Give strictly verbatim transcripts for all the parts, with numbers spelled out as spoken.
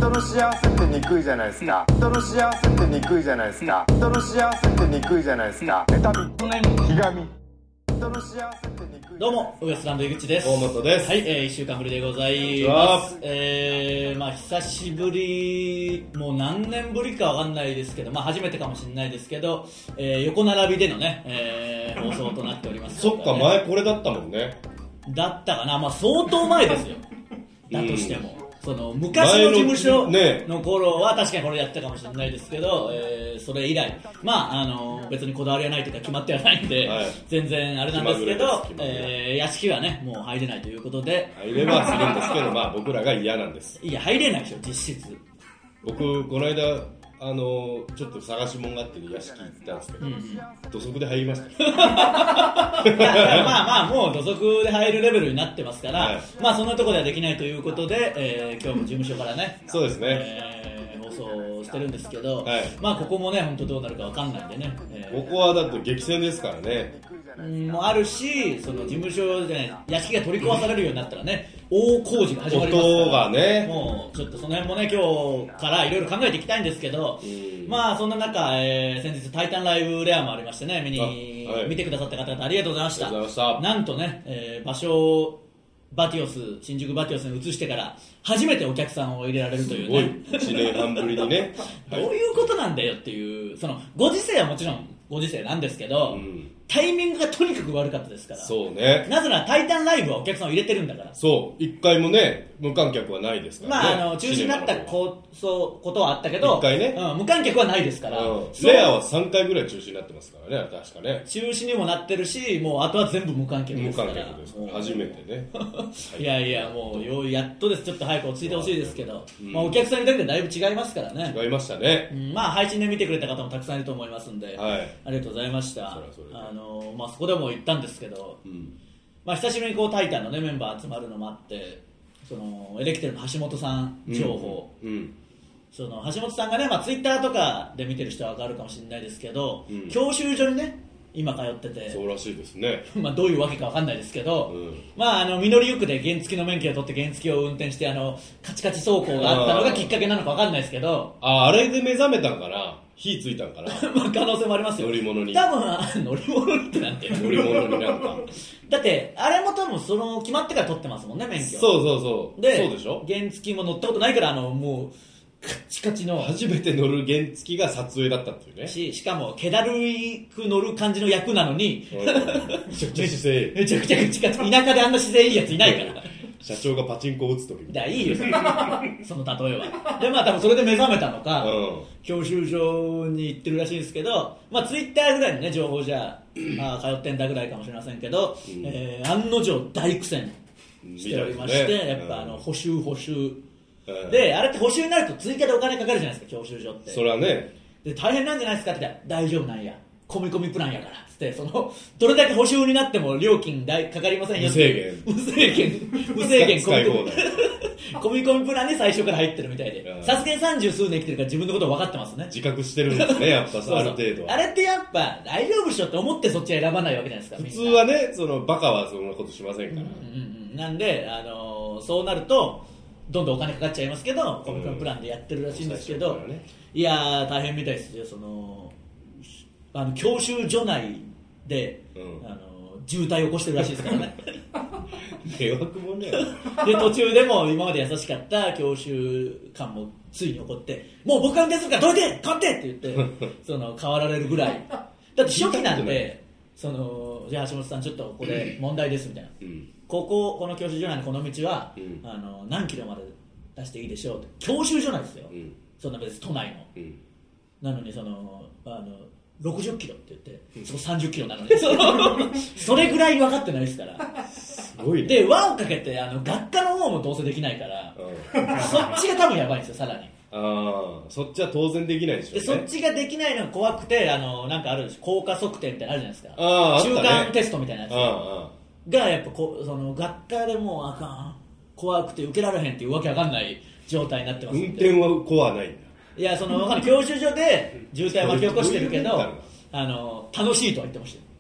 人の幸せってにくいじゃないですか。人の幸せってにくいじゃないですか。人の幸せってにくいじゃないですか。妬み、ひがみ、人の幸せってにくい。 どうもウエストランド井口です。 大本です。 はい、えー、いっしゅうかんぶりでございます。えー、まあ久しぶり、もう何年ぶりかわかんないですけど、まあ初めてかもしれないですけど、えー、横並びでのね、えー、放送となっております、 そっか、前これだったもんね。 だったかな、まあ相当前ですよ。だとしても。その昔の事務所の頃は確かにこれやったかもしれないですけど、えー、それ以来、まあ、あの別にこだわりはないというか決まってはないんで、はい、全然あれなんですけど、えー、屋敷はねもう入れないということで、 入れはするんですけど、まあ僕らが嫌なんです。 いや入れないでしょ実質。 僕この間あのちょっと探し物があって屋敷行ったんですけど、うんうん、土足で入りましたいやまあまあもう土足で入るレベルになってますから、はい、まあそんなところではできないということで、えー、今日も事務所からねそうですね、 えー、放送してるんですけど、 はい、 まあここもね本当どうなるかわかんないんでね、 えー、ここはだって激戦ですからね、 うんもあるし、その事務所で屋敷が取り壊されるようになったらね大工事が始まりますから、 音がね、 もうちょっとその辺もね今日からいろいろ考えていきたいんですけど、まあそんな中、えー、先日タイタンライブレアもありましてね、見に、はい、見てくださった方々ありがとうございました。 したなんとね、えー、場所をバティオス新宿バティオスに移してから初めてお客さんを入れられるというね、 いちねんはんぶりにねどういうことなんだよっていう、そのご時世はもちろんご時世なんですけど、うん、タイミングがとにかく悪かったですから。 そうね。 なぜならタイタンライブはお客さんを入れてるんだから。 そう一回もね無観客はないですからね。 まああの中止になったこそうことはあったけど、 一回ね、 うん、無観客はないですから、うん、 レアはさんかいぐらい中止になってますからね、確かね。 中止にもなってるし、もうあとは全部無観客ですから。 無観客ですから初めてねいやいやもうよやっとです。ちょっと早く落ち着いてほしいですけど、うんまあ、お客さんにだけでだいぶ違いますからね。 違いましたね、 うん、まあ配信で見てくれた方もたくさんいると思いますんで、 はい、 ありがとうございました。 それはそれであの、まあ、そこでも言ったんですけど、 うんまあ、久しぶりにこうタイタンの、ね、メンバー集まるのもあって、そのエレキテルの橋本さん情報、 うんうん、 その橋本さんがね、まあ、ツイッターとかで見てる人は分かるかもしれないですけど、うん、教習所にね今通ってて、 そうらしいですねまあどういうわけか分かんないですけど、うん、まああの実りゆくで原付の免許を取って原付を運転してあのカチカチ走行があったのがきっかけなのか分かんないですけど、 ああれで目覚めたんかな、火ついたんかなまあ可能性もありますよ。 乗り物に多分乗り物にってなんて乗り物になんかだってあれも多分その決まってから取ってますもんね免許。 そうそうそうでそうでしょ。 原付も乗ったことないからあのもうカチカチの初めて乗る原付が撮影だったっていうね。 し, しかも気だるく乗る感じの役なのにめちゃくちゃ姿勢めちゃくちゃカチカチ、田舎であんな姿勢いいやついないから社長がパチンコを打つ時みたいな。 いいよその例えは。でまあ多分それで目覚めたのか、うん、教習所に行ってるらしいんですけど、まあツイッターぐらいのね情報じゃあ通ってんだぐらいかもしれませんけど、うんえー、案の定大苦戦しておりまして、ね、やっぱあの補修補修で、あれって補修になると追加でお金かかるじゃないですか、教習所って。 それはね。 で、大変なんじゃないですかって言ったら、大丈夫なんや。込み込みプランやから。つって、その、どれだけ補修になっても料金代かかりませんよ。 無制限。 無制限。無制限込み込み。 込み込みプランに最初から入ってるみたいで。さすがに三十数年生きてるから自分のこと分かってますね。 自覚してるんですね、やっぱそうそうある程度は。 あれってやっぱ、大丈夫っしょって思ってそっちは選ばないわけじゃないですか。 普通はね、その、バカはそんなことしませんから。うんうんうん、なんで、あのー、そうなると、どんどんお金かかっちゃいますけど、コミコミプランでやってるらしいんですけど、うんね、いやー大変みたいですよ。そのあの教習所内で、うん、あの渋滞を起こしてるらしいですからね迷惑もねで途中でも今まで優しかった教習官もついに怒って、もう僕が運転するからどいて変わってって言ってその変わられるぐらいだって初期なんで、そのじゃあ橋本さんちょっとここで問題ですみたいな、うんこここの教習所内のこの道は、うん、あの何キロまで出していいでしょうって。教習所なんですよ、うん、そんな別に都内の、うん、なのにそのあのろくじゅっキロって言って、うん、そこさんじゅっキロなのにそのそれぐらい分かってないですからすごいね。 で輪をかけてあの学科の方もどうせできないから、うん、そっちが多分やばいんですよさらに。 あそっちは当然できないでしょうね。 でそっちができないのが怖くて、あのなんかあるんです効果測定みたいなのあるじゃないですか。 あ中間テストみたいなやつああがやっぱこその学科でもうあかん怖くて受けられへんっていうわけわかんない状態になってますんで。 運転は怖ないんだ。 いやその教習所で渋滞巻き起こしてるけどあの楽しいとは言ってましたよ。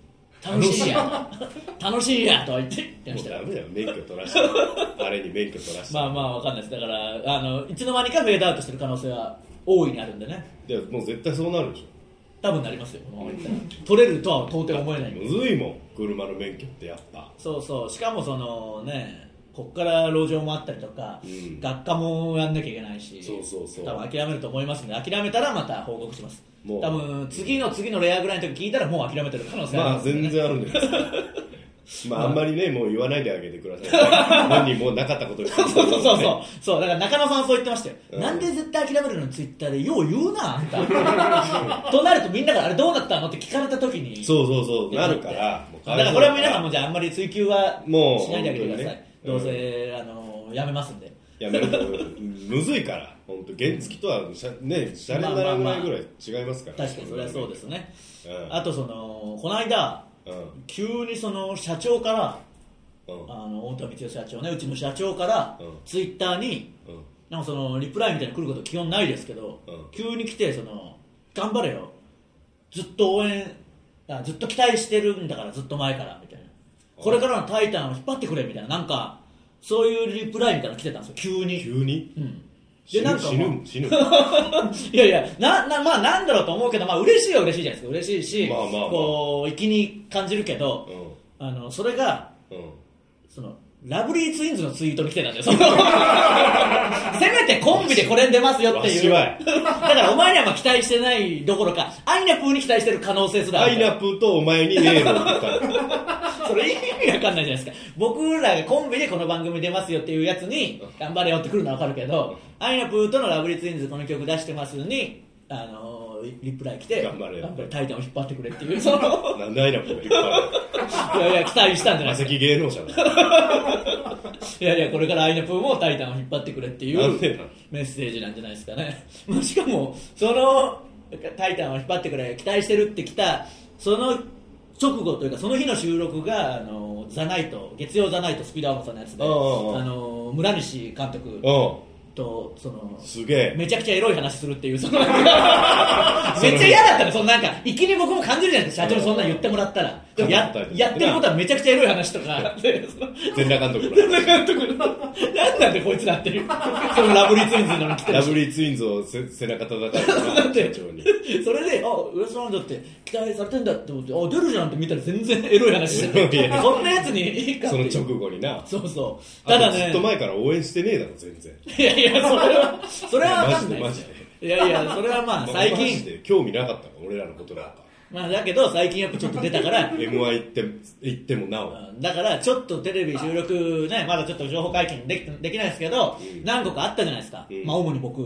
楽しいや楽しいやとは言って言ってましたよ。 もうダメだよ、免許取らしてあれに免許取らしてまあまあわかんないです。だからあのいつの間にかフェードアウトしてる可能性は大いにあるんでね。 でもう絶対そうなるでし多分なりますよ、このまま言ったら取れるとは到底思えない。 ょ。むずいもん、車の免許ってやっぱ。 そうそう、しかもそのね、こっから路上もあったりとか、うん、学科もやんなきゃいけないし、 そうそうそう、 多分諦めると思いますので、諦めたらまた報告します。もう多分次の次のレアぐらいの時聞いたらもう諦めてる可能性あります、ね、 まあ全然あるんじゃないですかまああんまりね、もう言わないであげてください、ね、本人もうなかったことにそうそうそうそうそう、だから中野さんはそう言ってましたよ、うん、なんで絶対諦めるのツイッターでよう言うなあんたとなるとみんなからあれどうなったのって聞かれた時にそうそうそうなるからもうだからこれは皆さんもじゃああんまり追求はもうしないであげてください、 ね、 どうせ、うん、あのやめますんでやめるとむずいから本当原付とはしゃねシャレにならないぐらい違いますから、 まあまあまあ、確かにそれはそうですね、 うん、 あとそのこの間、うん、急にその社長からうん、あの太田光代社長ね、うちの社長から、うん、ツイッターに、うん、なんかそのリプライみたいなの来ること基本ないですけど、うん、急に来てその頑張れよ、ずっと応援あずっと期待してるんだからずっと前からみたいな、これからのタイタンを引っ張ってくれみたいな、なんかそういうリプライみたいなの来てたんですよ急に急に、うん、 でなんか死ぬ死ぬいやいやななまあなんだろうと思うけど、まあ嬉しいは嬉しいじゃないですか、嬉しいし、まあまあまあ、こう粋に感じるけど、うん、あのそれが、うんそのラブリーツインズのツイートに来てたんだよそのせめてコンビでこれに出ますよっていうだからお前にはまあ期待してないどころかアイナプーに期待してる可能性すらある。 アイナプーとお前にエールを送ったそれ意味わかんないじゃないですか。僕らがコンビでこの番組出ますよっていうやつに頑張れよってくるのはわかるけど、アイナプーとのラブリーツインズこの曲出してますにあのリプライ来て頑張れ頑張れタイタンを引っ張ってくれっていうそのなんでアイナプーが引っ張るいやいや期待したんじゃないですか。 マセキ芸能者だいやいやこれからアイナプーもタイタンを引っ張ってくれっていうメッセージなんじゃないですかねしかもそのタイタンを引っ張ってくれ期待してるって来たその直後というかその日の収録があのザナイト月曜ザナイトスピードアワーさんのやつであの村西監督とそのすげえめちゃくちゃエロい話するっていうそのめっちゃ嫌だったね。そのなんか一気に僕も感じるじゃないですか、社長にそんな言ってもらったら。でも や, やってることはめちゃくちゃエロい話とか全裸監督全裸監督のなんなんでこいつらっていうそのラブリーツインズのに来てるラブリーツインズをせ背中叩かれて社長にそれであウエストランドって期待されてんだって思ってあ出るじゃんって見たら全然エロい話しててこんなやつにいいかってその直後になそうそうただねずっと前から応援してねえだろ全然いやいやそれはそれは分かんないマジでマジでいやいやそれはまあ最近マジで興味なかったの俺らのことなんかまあだけど最近やっぱちょっと出たからエムワン 行って行ってもなおだからちょっとテレビ収録ねまだちょっと情報解禁でき、できないですけど、うん、何個かあったじゃないですか、うん、まあ主に僕、うん、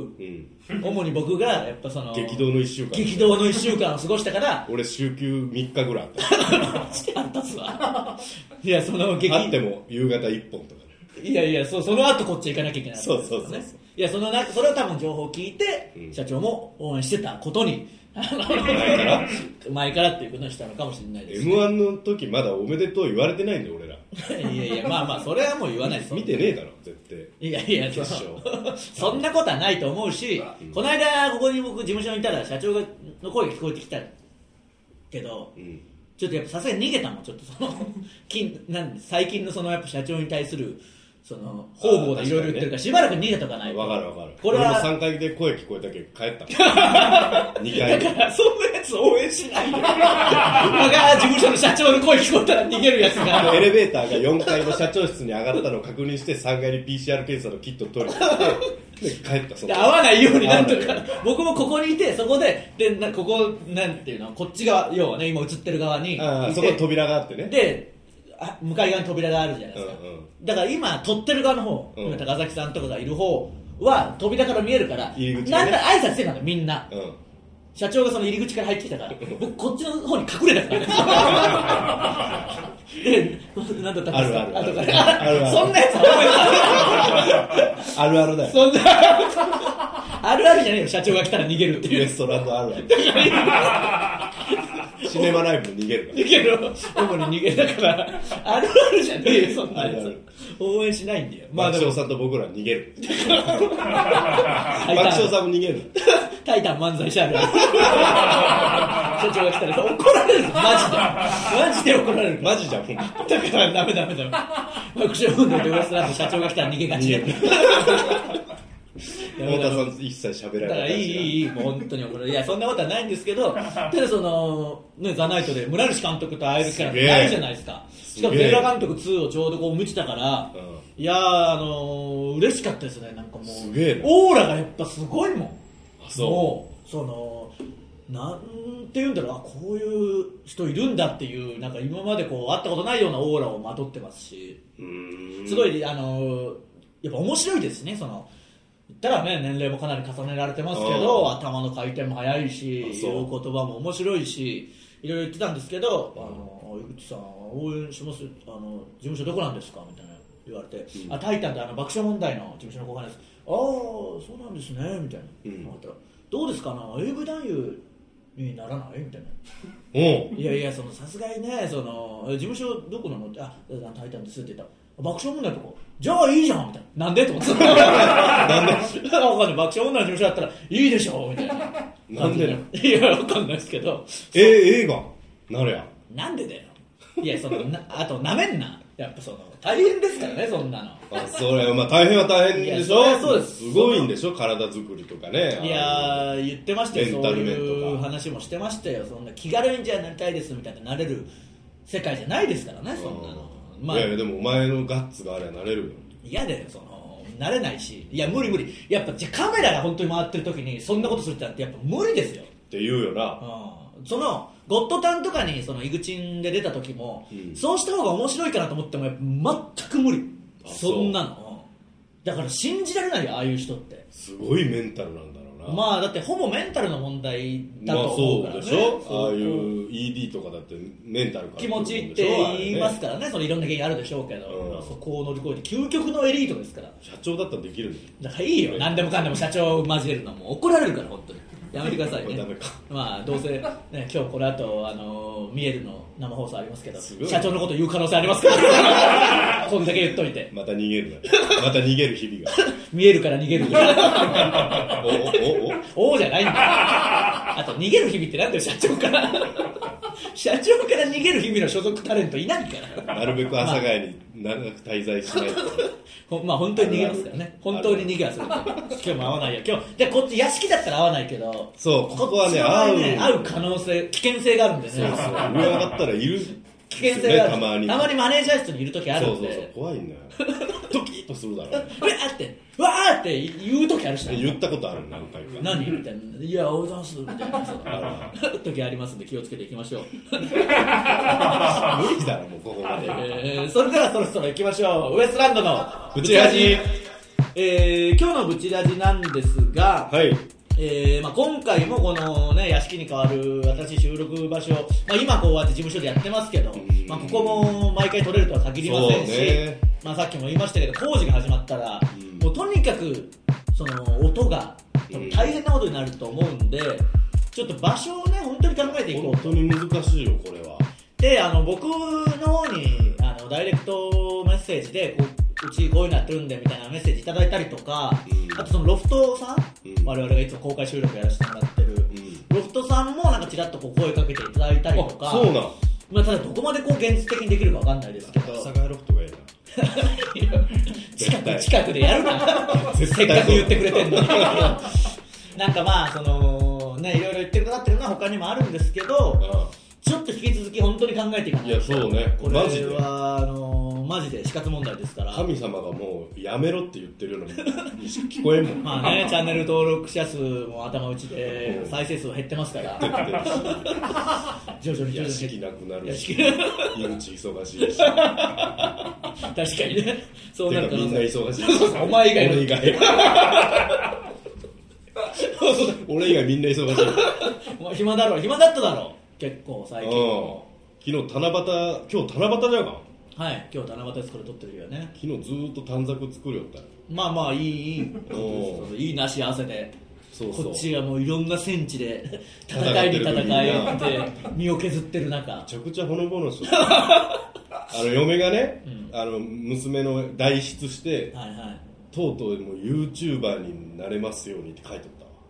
主に僕がやっぱその激動のいっしゅうかん激動のいっしゅうかんを過ごしたから俺週休みっかぐらいあったしてあったっすわいやその激あっても夕方いっぽんとかいやいや そ, その後こっち行かなきゃいけない、ね、 そうそうそうそういやそのなそれを多分情報を聞いて、うん、社長も応援してたことに前から前からっていうことにしたのかもしれないです、 ね、エムワン の時まだおめでとう言われてないんだよ俺らいやいやまあまあそれはもう言わないです見てねえだろ絶対いやいや決勝そんなことはないと思うし、うん、この間ここに僕事務所にいたら社長がの声が聞こえてきたけど、うん、ちょっとやっぱさすがに逃げたもんちょっとその近なん最近のそのやっぱ社長に対するその方々でいろいろ言ってるからしばらく逃げとかないと分かる分かるこれは俺もさんかいで声聞こえたけど帰ったにかいだからそんなやつ応援しないよ今が事務所の社長の声聞こえたら逃げるやつがエレベーターがよんかいの社長室に上がったのを確認してさんがいに ピーシーアール 検査のキットを取りに行ってで帰ったそで合わないようになんとか僕もここにいてそこででなここなんていうのこっち側要はね今映ってる側にあそこに扉があってねで向かい側に扉があるじゃないですか、うんうん、だから今撮ってる側の方、うん、今高崎さんとかがいる方は扉から見えるから入り口、 ね、なんか挨拶してたのみんな、 うん、 社長がその入り口から入ってきたから僕こっちの方に隠れたからねでなんだったんですかあるあるあるあるあるそんなやつあるあるだよそんなあるあるじゃねえよ社長が来たら逃げるっていうレストランのあるあるシネマライブに逃げるから逃げる主に逃げだからあるあるじゃねえよそんなやつ応援しないんだよ爆笑さんと僕ら逃げる爆笑さんも逃げるタイタン漫才者ある社長が来たら怒られるぞマジでマジで怒られるマジじゃん、もう。 だからダメダメダメ爆笑問題でウエストランド社長が来たら逃げがち太田さん一切喋らない。 だからいいいいいいもう本当に怒られる。いやそんなことはないんですけど、ただそのねザナイトで村西監督と会える機会がないじゃないですか。しかもゼーラ監督ツーをちょうどこう見てたから、うん、いやーあのー、嬉しかったですね。なんかもうすげえオーラがやっぱすごいもん。 あそうもうそのなんていうんだろう、あこういう人いるんだっていうなんか今までこう会ったことないようなオーラをまとってますし、 うーんすごいあのー、やっぱ面白いですね。その言ったらね年齢もかなり重ねられてますけど頭の回転も速いし言う言葉も面白いしいろいろ言ってたんですけど、あの井口さん応援しますあの事務所どこなんですかみたいな言われて、うん、あタイタンってあの爆笑問題の事務所の後輩です。ああそうなんですねみたいな、うん、ったらどうですかな エーブイ 男優にならないみたいな。 おいやいやそのさすがにねその事務所どこなのってあタイタンですって言ったら爆笑問題のとこじゃあいいじゃんみたいな。なんでと思ってなんで分かんない爆笑問題の事務所だったらいいでしょみたいな。 なんでいや分かんないですけどえー、映画なるやなんでだよ。いやそのなあとなめんなやっぱその大変ですからねそんなの。 あそれまあ大変は大変でしょ。 そうですすごいんでしょ体作りとかね。 いや言ってましたよ。そうメンタル面とかいう話もしてましたよ。そんな気軽にじゃあなりたいですみたいななれる世界じゃないですからねそんなの。まあ、 いやいやでもお前のガッツがあればなれるよ。 嫌だよそのなれないし。いや無理無理。やっぱじゃカメラが本当に回ってる時にそんなことするってなってやっぱ無理ですよって言うよな。 うん、そのゴッドタンとかにそのイグチンで出た時も、うん、そうした方が面白いかなと思ってもやっぱ全く無理。そんなの、うん、だから信じられないよああいう人って。 すごいメンタルなんだろうな。 まあだってほぼメンタルの問題だと思うからね。 まあそうでしょ。ああいう イーディー とかだってメンタルから気持ちいいって言いますからね。そのいろんな原因あるでしょうけど、うん、そこを乗り越えて究極のエリートですから。 社長だったらできるんだよ。 だからいいよ何でもかんでも社長を交えるのはもう怒られるから本当にやめてくださいね。 ダメか。 まあどうせ、ね、今日この後あの見えるの生放送ありますけど社長のこと言う可能性ありますからこんだけ言っといてまた逃げるなまた逃げる日々が見えるから逃げるおおおおおじゃないんだあと逃げる日々ってなんだよ社長から社長から逃げる日々の所属タレントいないからなるべく阿佐ヶ谷に長く滞在しないと、 まあ、まあ本当に逃げますからね。本当に逃げはする今日も会わないよ今日でこっち屋敷だったら会わないけどそうここはね会う会う可能性危険性があるんでね。 そうそう上上がったらいる危険性がある、 ね、たまにたまにマネージャー室にいる時あるんで。 そうそうそう怖いんだよドキッとするだろうねうわーってうわーって言う時あるし言ったことある何回か何みたいないやおざんすみたいな時ありますんで気をつけていきましょう無理だろもうここまで、 えー、それではそろそろ行きましょう。ウエストランドのブチラジ、えー、今日のブチラジなんですが、 はいえーまあ、今回もこの、ね、屋敷に変わる新しい収録場所、まあ、今こうやって事務所でやってますけど、まあ、ここも毎回撮れるとは限りませんし、ねまあ、さっきも言いましたけど工事が始まったら、もうとにかくその音が大変なことになると思うんで、ちょっと場所をね本当に考えていこうと。 本当に難しいよこれは。 であの僕の方にあのダイレクトメッセージでこううちこういうのやってるんでみたいなメッセージいただいたりとか、うん、あとそのロフトさん、うん、我々がいつも公開収録やらせてもらってる、うん、ロフトさんもなんかちらっとこう声かけていただいたりとか。 そうなん、 まあ、ただどこまでこう現実的にできるかわかんないですけど阿佐ヶ谷ロフトがいいな近く近くでやるなせっかく言ってくれてんのになんかまあそのねいろいろ言ってくださってるのは他にもあるんですけど、ちょっと引き続き本当に考えていかないと。 いやそうねこれはマジであのマジで死活問題ですから。 神様がもうやめろって言ってるような聞こえんもんまあねチャンネル登録者数も頭打ちで再生数減ってますから徐々に徐々に屋敷なくなるし井口忙しいし確かにねそうなるからみんな忙しいしお前以外の俺以外俺以外みんな忙しいお前暇だろ暇だっただろ結構最近。 昨日七夕今日七夕じゃんか。 はい今日七夕ですこれ撮ってる日はね。 昨日ずーっと短冊作るよったよ。 まあまあいいいいいいなし合わせでそうそうこっちがもういろんな戦地で戦いに戦いって身を削ってる中めちゃくちゃほのぼのしてあの嫁がね、うん、あの娘の代筆して、はいはい、とうとうもう YouTuber になれますようにって書いておったわ。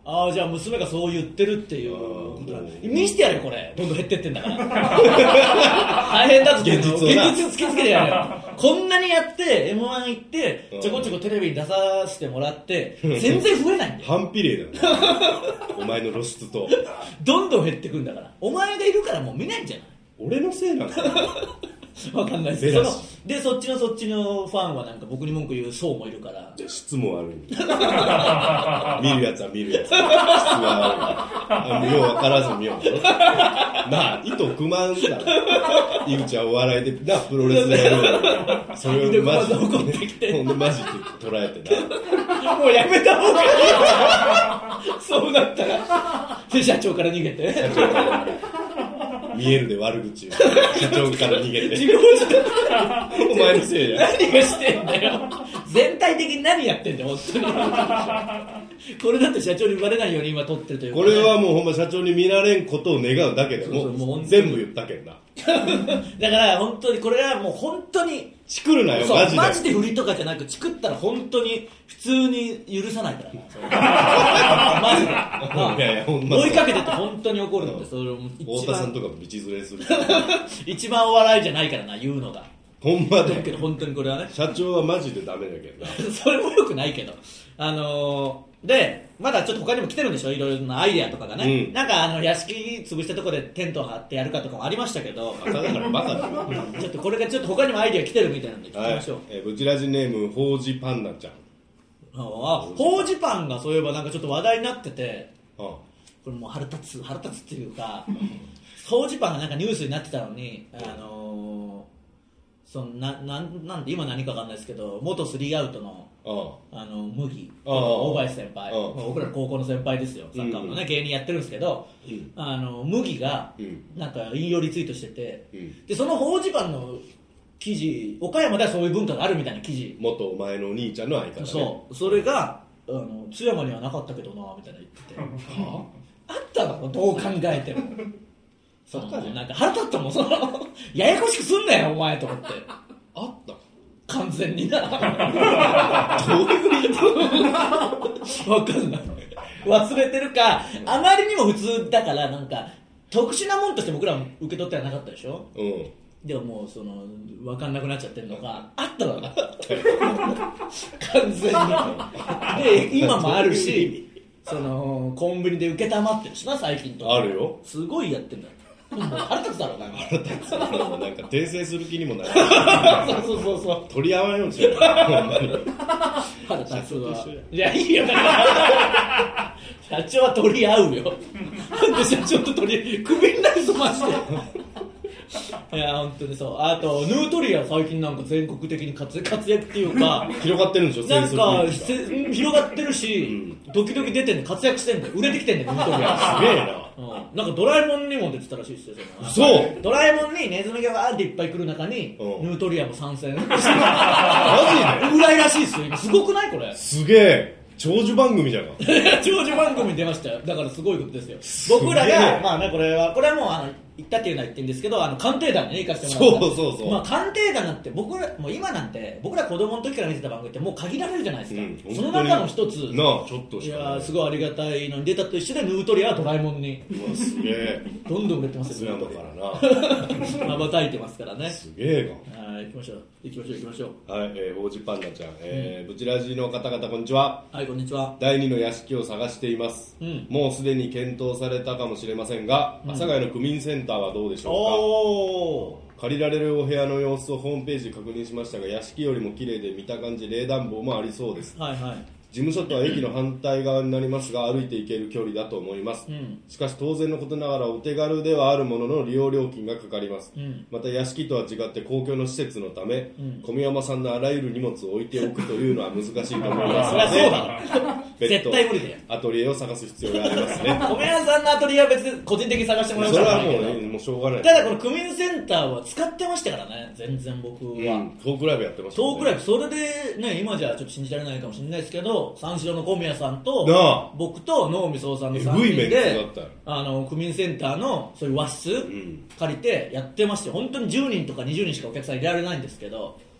ああじゃあ娘がそう言ってるっていうことだ。見してやるよこれ、どんどん減ってってんだから大変だぞっていうのを現実を突きつけてやるよこんなにやって エムワン 行ってちょこちょこテレビに出させてもらって全然増えないんだよ反比例だよお前の露出とどんどん減ってくんだから、お前がいるからもう見ないんじゃない？ 俺のせいなんだわかんないですけど、そのでそっちのそっちのファンはなんか僕に文句言う層もいるから、 質も悪い見るやつは見るやつ質が悪い、よう分からず見ようなあ、意図不満だ井口はお笑いでなプロレスでやるそれをマジで怒ってきてほんでマジで捉えてなもうやめた方がいいそうなったらで社長から逃げて社長から見えるで悪口を社長から逃げて自分お前のせいや何がしてんだよ全体的に何やってんだよ本当にこれだって社長にバレないように今撮ってるというか、ね、 これはもうほんま社長に見られんことを願うだけでもそうそうもう全部言ったけんなだから本当にこれはもう本当にチクるなよマジでマジで振りとかじゃなくチクったら本当に普通に許さないからなマジでいやいやほんま追いかけてて本当に怒るんで、それも太田さんとかも道連れする一番お笑いじゃないからな言うのがほんまだけでど本当にこれはね社長はマジでダメだけどなそれもよくないけどあのー、でまだちょっと他にも来てるんでしょ、いろいろなアイデアとかがね、うん、なんかあの屋敷潰したところでテントを張ってやるかとかもありましたけどバカだからバカだよちょっとこれがちょっと他にもアイデア来てるみたいなんで聞きましょう、 はい、えー、ブチラジネームほうじパンナちゃん、 あほうじパンがそういえばなんかちょっと話題になってて、 ああこれもう腹立つ腹立つっていうかほうじパンがなんかニュースになってたのに、あのー、そのななんなんで今何かわかんないですけど元スリーアウトのあの麦大林先輩、僕ら高校の先輩ですよ、サッカーのね、うん、芸人やってるんですけど、うん、あの麦がなんか引用リツイートしてて、うん、でそのほうじパンの記事、岡山ではそういう文化があるみたいな記事、 元お前のお兄ちゃんの相方ね、 そうそれがあの津山にはなかったけどなみたいな言っててはあったのどう考えてもそのなんか腹立ったもん、そのややこしくすんなよお前と思ってあった完全になどういう意味わかんない忘れてるか、あまりにも普通だからなんか特殊なもんとして僕らも受け取ってはなかったでしょ、うん、でももうその分かんなくなっちゃってるのがあったのか完全にで今もあるしそのコンビニで受けたまってるしな最近とかあるよ、すごいやってんだよ腹立つだろなんか腹立つなんか訂正する気にもならないそうそうそうそう取り合わんようにしようほんまに腹立つわいやいいよだから社長は取り合うよなんで社長と取りクビになるぞマジでいや本当にそう。あとヌートリア最近なんか全国的に活躍っていうか広がってるんでしょ、 なんか広がってるし、うん、時々出てんね、活躍してんね、売れてきてんねヌートリアすげえな、 うん、なんかドラえもんにも出てたらしいですよ。 そうドラえもんにネズミがわーっていっぱい来る中に、うん、ヌートリアも参戦マジでぐらいらしいですよ今。すごくないこれ、 すげえ長寿番組じゃんか長寿番組に出ましたよ。だからすごいことですよ。僕らがまあねこれはこれはもうあの行ったっていうのは言ってるんですけど、あの鑑定団に、ね、行かせてもらった。 そうそうそう。 まあ鑑定団なんて僕らもう今なんて僕ら子供の時から見てた番組ってもう限られるじゃないですか。うん、その中の一つ。 なあちょっといやすごいありがたいのに出たと一緒でヌートリアはドラえもんに。 うわすげえ。 どんどん売れてますよ。津山からな。羽ばたいてますからね。 すげえが。はい行きましょう行きましょう行きましょう。 はい、えー、ほうじパンナちゃん、えーうん、ブチラジの方々こんにちは。 はいこんにちは。 だいにの屋敷を探しています。うん、もうすでに検討されたかもしれませんが、阿佐ヶ谷の区民センターはどうでしょうか。お借りられるお部屋の様子をホームページで確認しましたが、屋敷よりも綺麗で見た感じ冷暖房もありそうです。はいはい。事務所とは駅の反対側になりますが歩いて行ける距離だと思います、うん、しかし当然のことながらお手軽ではあるものの利用料金がかかります、うん、また屋敷とは違って公共の施設のため、うん、小宮山さんのあらゆる荷物を置いておくというのは難しいと思いますので絶対無理だよ。アトリエを探す必要がありますね。 小宮山さんのアトリエは別に個人的に探してもらうからそれはもう、ね、もうしょうがない。 ただこの区民センターは使ってましたからね全然僕は、うん、 トークライブやってました、ね、 トークライブそれでね今じゃちょっと信じられないかもしれないですけど三四郎の小宮さんと僕と能見総さんのさんにんであの区民センターのそういう和室借りてやってまして、本当にじゅうにんとかにじゅうにんしかお客さん入れられないんですけど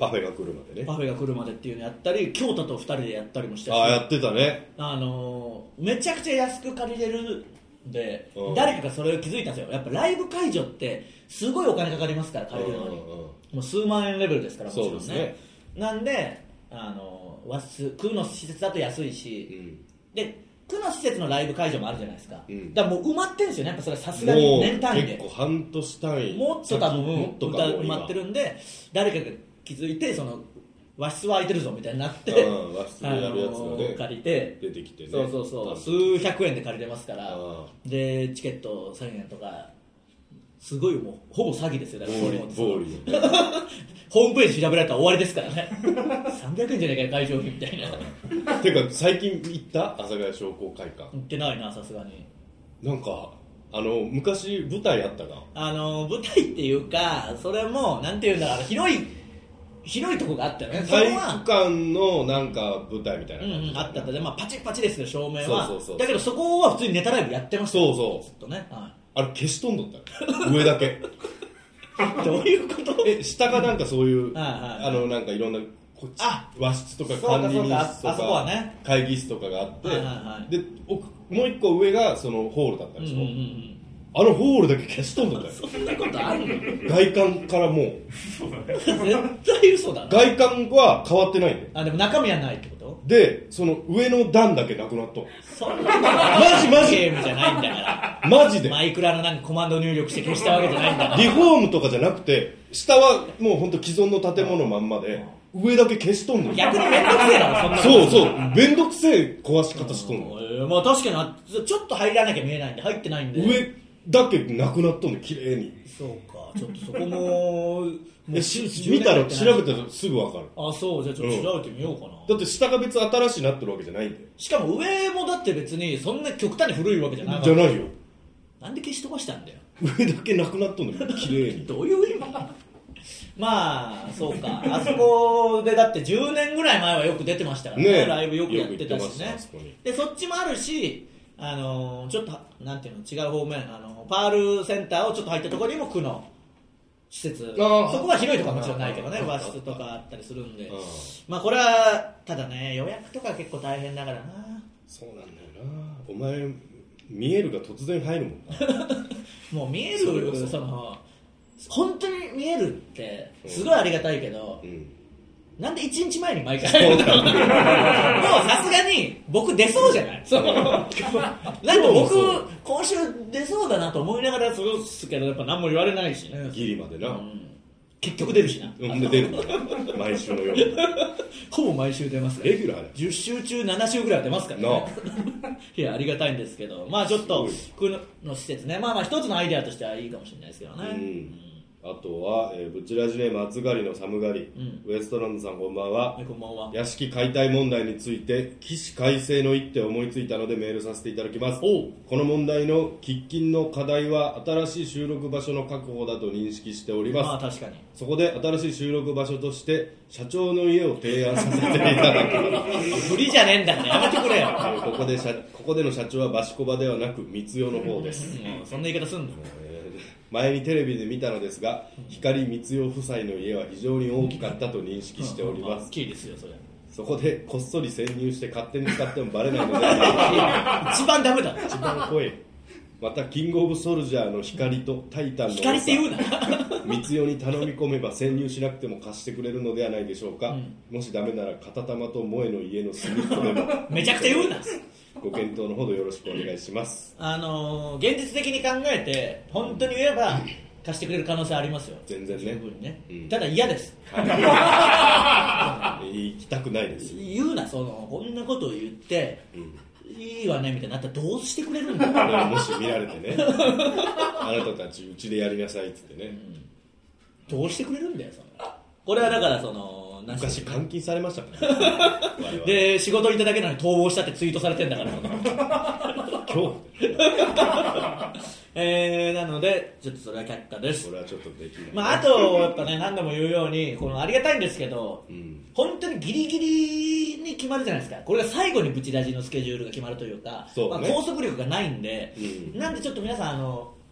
パフェが来るまでね。 パフェが来るまでっていうのやったり、京都とふたりでやったりもしたし、 ああやってたね。 あのー、めちゃくちゃ安く借りれるんで、 うん、 誰かがそれを気づいたんですよ。やっぱライブ会場ってすごいお金かかりますから、借りるのに、うんうん、もう数万円レベルですから、もちろんね。そうですね。なんで、あのー、和室区の施設だと安いし、うん、で区の施設のライブ会場もあるじゃないですか、うん、だからもう埋まってるんですよね。やっぱそれはさすがに年単位で結構半年単位もっと多分もっと埋まってるんで、誰かが気づいてその和室は空いてるぞみたいになって、 和室でやるやつを、ね、 借りて出てきてね、 そうそうそう数百円で借りれますから、でチケットせんえんとかすごいもうほぼ詐欺ですよ。だからボーリー、ね、 ホームページ調べられたら終わりですからねさんびゃくえんじゃないか会場費みたいなていうか最近行った阿佐ヶ谷商工会館？ 行ってないな、さすがに。 なんかあの昔舞台あったか、 あの舞台っていうか、それもなんていうんだろう、広い広いとこがあったよね。 体育館のなんか舞台みたいな感じ、 うん、あったったで、まあ、パチパチですよ照明は。 そうそうそう、 だけどそこは普通にネタライブやってましたよ。そうそうずっとね、はい、 あれ消し飛んどった上だけどういうこと？ え下がなんかそういう、 はいはいはい、 あのなんかいろんなこっち和室とか管理人室とか、ね、会議室とかがあって、はいはいはい、でもう一個上がそのホールだったでしょ、うんうんうん、あのホールだけ消し飛んだんだよ。 そんなことあるの？ 外観からもう絶対嘘だな。 外観は変わってないんだよ。 あ、でも中身はないってことで、その上の段だけなくなったの。 そんなマジマジゲームじゃないんだからマジでマイクラのなんかコマンド入力して消したわけじゃないんだから。 リフォームとかじゃなくて下はもう本当既存の建物まんまで上だけ消しとんの。 逆にめんどくせえだろそんな。 そうそうめんどくせえ壊し方しとんの、 えー、まあ確かにちょっと入らなきゃ見えないんで入ってないんで上だけなくなっとんの綺麗に。 そうか、ちょっとそこもえし見たら調べたらすぐ分かる。 あ、そうじゃあちょっと調べてみようかな、うん、 だって下が別新しいなってるわけじゃないんで。 しかも上もだって別にそんな極端に古いわけじゃないじゃないよ。 なんで消し飛ばしたんだよ上だけなくなっとんの綺麗にどういう意味まあそうか、あそこでだってじゅうねんぐらい前はよく出てましたから ね, ねライブよくやってたしね。でそっちもあるし、あのー、ちょっとなんていうの違う方面、あのー、パールセンターをちょっと入ったところにも区の施設、そこは広いところはもちろんないけどね、和室とかあったりするんで、まあこれはただね予約とか結構大変だからな。 そうなんだよな。お前見えるが突然入るもんなもう見える そ, その本当に見えるってすごいありがたいけど、うんうん、なんでいちにちまえに毎回入るんだろうもうさすがに僕出そうじゃないそうなんか僕今週出そうだなと思いながら過ごすけどやっぱ何も言われないしね。 ギリまでな、うん、 結局出るしな、 うん、出る毎週のようにほぼ毎週出ますから、レギュラーじゅっ週中なな週ぐらいは出ますからねいやありがたいんですけど、まあちょっと区の施設ね、まあまあ一つのアイデアとしてはいいかもしれないですけどね、うんうんあとは、えー、ブチラジネーム暑がりの寒がり、うん、ウエストランドさんこんばんは。 こんばんは。 屋敷解体問題について起死回生の一手を思いついたのでメールさせていただきます。この問題の喫緊の課題は新しい収録場所の確保だと認識しております。 ああ確かに。 そこで新しい収録場所として社長の家を提案させていただき不利じゃねえんだからやめてくれよここで社ここでの社長はバシコバではなく三代の方です、 うん、そんな言い方すんの。 前にテレビで見たのですが光光代夫妻の家は非常に大きかったと認識しております。 大きいですよそれ。 そこでこっそり潜入して勝手に使ってもバレないので一番ダメだ一番怖い。またキングオブソルジャーの光とタイタンの光って言うな光代に頼み込めば潜入しなくても貸してくれるのではないでしょうか、うん、もしダメなら片玉と萌えの家の隅っこでもめちゃくちゃ言うなご検討のほどよろしくお願いします。 あのー、現実的に考えて本当に言えば貸してくれる可能性ありますよ。 全然ね。 十分にね、うん、ただ嫌です、 はい、行きたくないです。 言うなそのこんなことを言って、うん、いいわねみたいになったらどうしてくれるんだもし見られてねあなたたちうちでやりなさいって言ってね、 うん、どうしてくれるんだよそのこれはだからその昔監禁されましたからねで仕事にいただけなのに逃亡したってツイートされてんだから今日えー、なのでちょっとそれは却下です。 これはちょっとできない、 まあ、あとやっぱね何度も言うようにこのありがたいんですけど、うん、本当にギリギリに決まるじゃないですか。これが最後にブチラジのスケジュールが決まるというか、 そうね、 まあ、拘束力がないんで、 うん、 なんでちょっと皆さんあの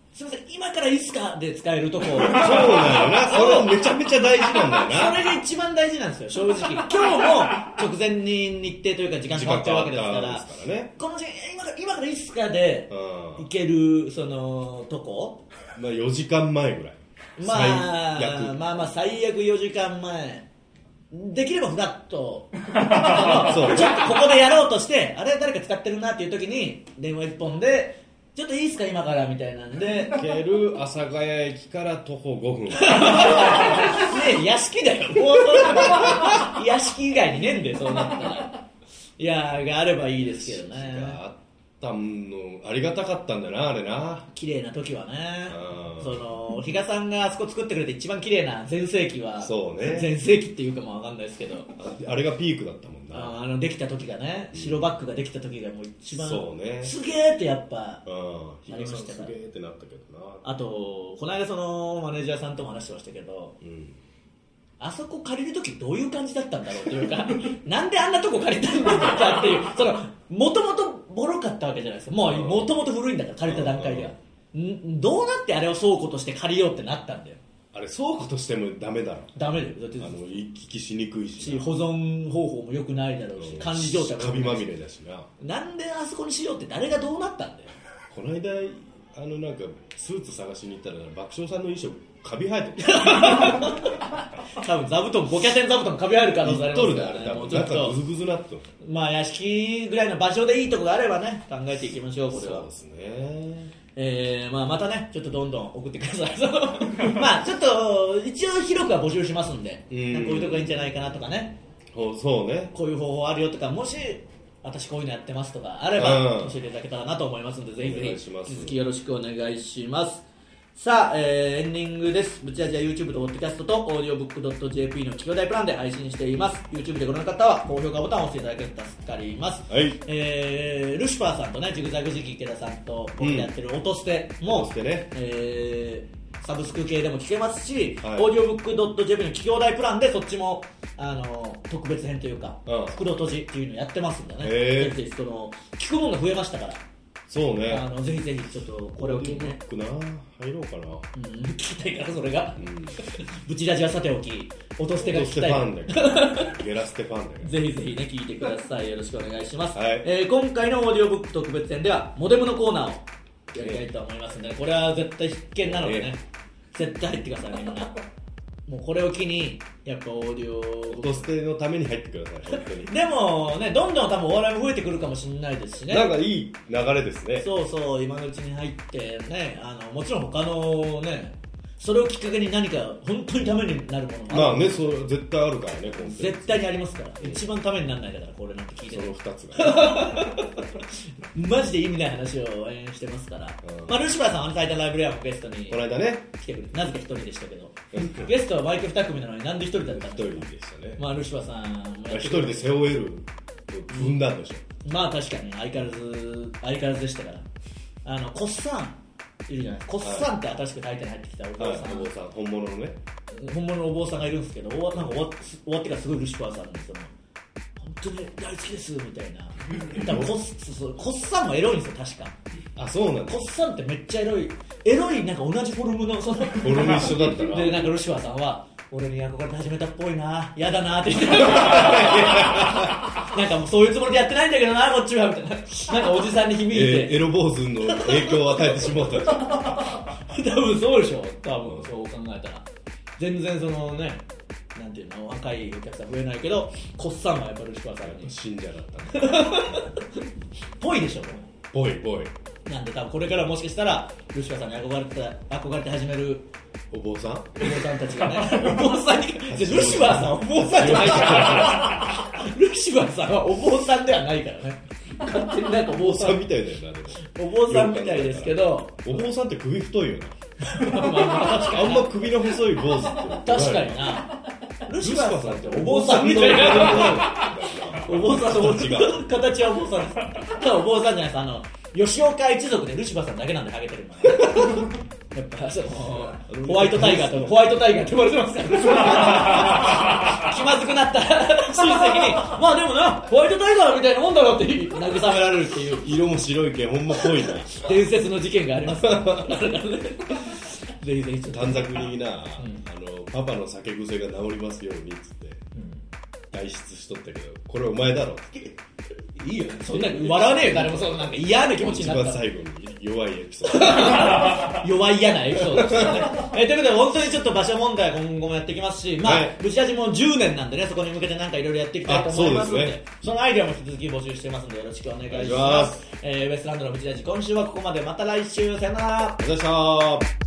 すみません今からいいっすかで使えるとこそうなんよなそれめちゃめちゃ大事なんだよなそれが一番大事なんですよ正直今日も直前に日程というか時間変わっちゃうわけですから、ね、この時間今から今からいいっすかで行けるそのとこ、 まあ、よじかんまえぐらいまあまあまあ最悪よじかんまえできればフラットそうちょっとここでやろうとしてあれ誰か使ってるなっていう時に電話一本でちょっといいっすか今からみたいなんで行ける阿佐ヶ谷駅から徒歩ごふんねえ屋敷だよ屋敷以外にねえんでそうなったらいやがあればいいですけどねあったのありがたかったんだなあれな綺麗な時はねその比嘉さんがあそこ作ってくれて一番綺麗な全盛期はそうね全盛期っていうかもわかんないですけどあ, あれがピークだったもんなああのできた時がね白バックができた時がもう一番そうねすげーってやっぱありましたからすげーってなったけどなあとこの間そのマネージャーさんとも話してましたけど、うんあそこ借りるときどういう感じだったんだろうっていうかなんであんなとこ借りたんだかっていうそのもともとボロかったわけじゃないですかもうもともと古いんだから借りた段階ではんどうなってあれを倉庫として借りようってなったんだよあれ倉庫としてもダメだろダメだよだってあの行き来しにくいし保存方法も良くないだろうし管理状態もカビまみれだしななんであそこにしようって誰がどうなったんだよこの間あのなんかスーツ探しに行ったら爆笑さんの衣装カビ生えてる多分座布団ボキャテン座布団カビ生える可能性ありますからねもうちょっとグズグズなっとまあ屋敷ぐらいの場所でいいとこがあればね考えていきましょうこれはそうですねえーまあ、またねちょっとどんどん送ってくださいまあちょっと一応広くは募集しますんでんこういうとこがいいんじゃないかなとかねそうねこういう方法あるよとかもし私こういうのやってますとかあれば教えていただけたらなと思いますので、ぜひぜひ続きよろしくお願いします。さあ、えー、エンディングです。ブチラジは YouTube と Podcast と オーディオブックドットジェーピー の企業大プランで配信しています。YouTube でご覧の方は高評価ボタンを押していただけると助かります。 はい。 えー、ルシファーさんとね、ジグザグジギ池田さんと僕でやってる音捨ても、 音捨てね、 えー、サブスク系でも聞けますし、 はい、 オーディオブックドットジェーピー の企業大プランでそっちもあの特別編というか、うん、袋閉じっていうのやってますんでね、ぜひぜひその聞くものが増えましたから。 そうね、 あのぜひぜひちょっとこれを聞いてねな入ろうかな、 うん、聞きたいからそれが、うん、ブチラジはさておき音捨てが聞きたいゲラステファンでぜひぜひね聞いてくださいよろしくお願いします、 はいえー、今回のオーディオブック特別編ではモデムのコーナーをやりたいと思いますんで、これは絶対必見なのでね、えー、絶対入ってくださいみんなもうこれを機にやっぱオーディオ音捨てのために入ってください本当にでもねどんどん多分お笑いも増えてくるかもしれないですしねなんかいい流れですねそうそう今のうちに入ってねあのもちろん他のねそれをきっかけに何か本当にためになるものもあるまあねそれ絶対あるからね絶対にありますから、うん、一番ためにならないだからこれなんて聞いてそのふたつが、 ね、マジで意味ない話をしてますから、うんまあ、ルシファーさんは最多ライブレアもゲストにこの間ね来てくれてなぜか一人でしたけどゲストは毎回二組なのになんで一人だったんですか一人でしたね、 まあ、ルシファーさん一人で背負える踏んだんでしょ、 うん、まあ確かに相変わらず相変わらずでしたからあのコッサンいるじゃないですか。コッサンって新しくタイタに入ってきたお坊さん、はい、 お坊さん本物のね本物のお坊さんがいるんですけど、なんか終わ終わってからすごいルシファーさんにその本当に大好きですみたいな多分コッコッサンもエロいんですよ確か。 あ、そうなんだ。 コッサンってめっちゃエロいエロいなんか同じフォルムのそのフォルム一緒だったなでなんかルシファーさんは俺に憧れて始めたっぽいな嫌だなって言ってなんかもうそういうつもりでやってないんだけどなこっちはみたいななんかおじさんに響いて、 えー、エロ坊主の影響を与えてしまった多分そうでしょ多分そう考えたら全然そのねなんていうの若いお客さん増えないけどコッサンはやっぱルシファーさんに信者だったぽいでしょぽいぽいなんで多分これからもしかしたらルシファーさんに憧れて憧れて始めるお坊さんお坊さんたちがねお坊さんにルシファーさんはお坊さんじゃないからルシファーさんはお坊さんではないからね勝手になんかお坊さんみたいだよなでもお坊さんみたいですけどお坊さんって首太いよなあんま首の細い坊主って確かになルシファーさんってお坊さんみたいなお坊さんの形はお坊さんですただお坊さんじゃないですあの吉岡一族でルシファーさんだけなんでハゲてるのやっぱそのホワイトタイガーとホワイトタイガーって呼ばれてますから気まずくなった親戚にまあでもなホワイトタイガーみたいなもんだろって慰められるっていう色も白いけんほんまぽいな伝説の事件がありますからぜひぜひ短冊にな、うん、あのパパの酒癖が治りますようにっつって、うん、代筆しとったけどこれお前だろいいよねそんな笑わねえよ誰もそうなんか嫌な気持ちになった一番最後に弱いエピソード弱い嫌なエピソードですよねえということで本当にちょっと場所問題は今後もやっていきますしまあ、はい、ブシラジもじゅうねんなんでねそこに向けてなんかいろいろやっていきたいと思いますの で, そ, で、ね、そのアイデアも引き続き募集してますのでよろしくお願いします、えー、ウエストランドのブシラジ今週はここまでまた来週さよならありがとうございました。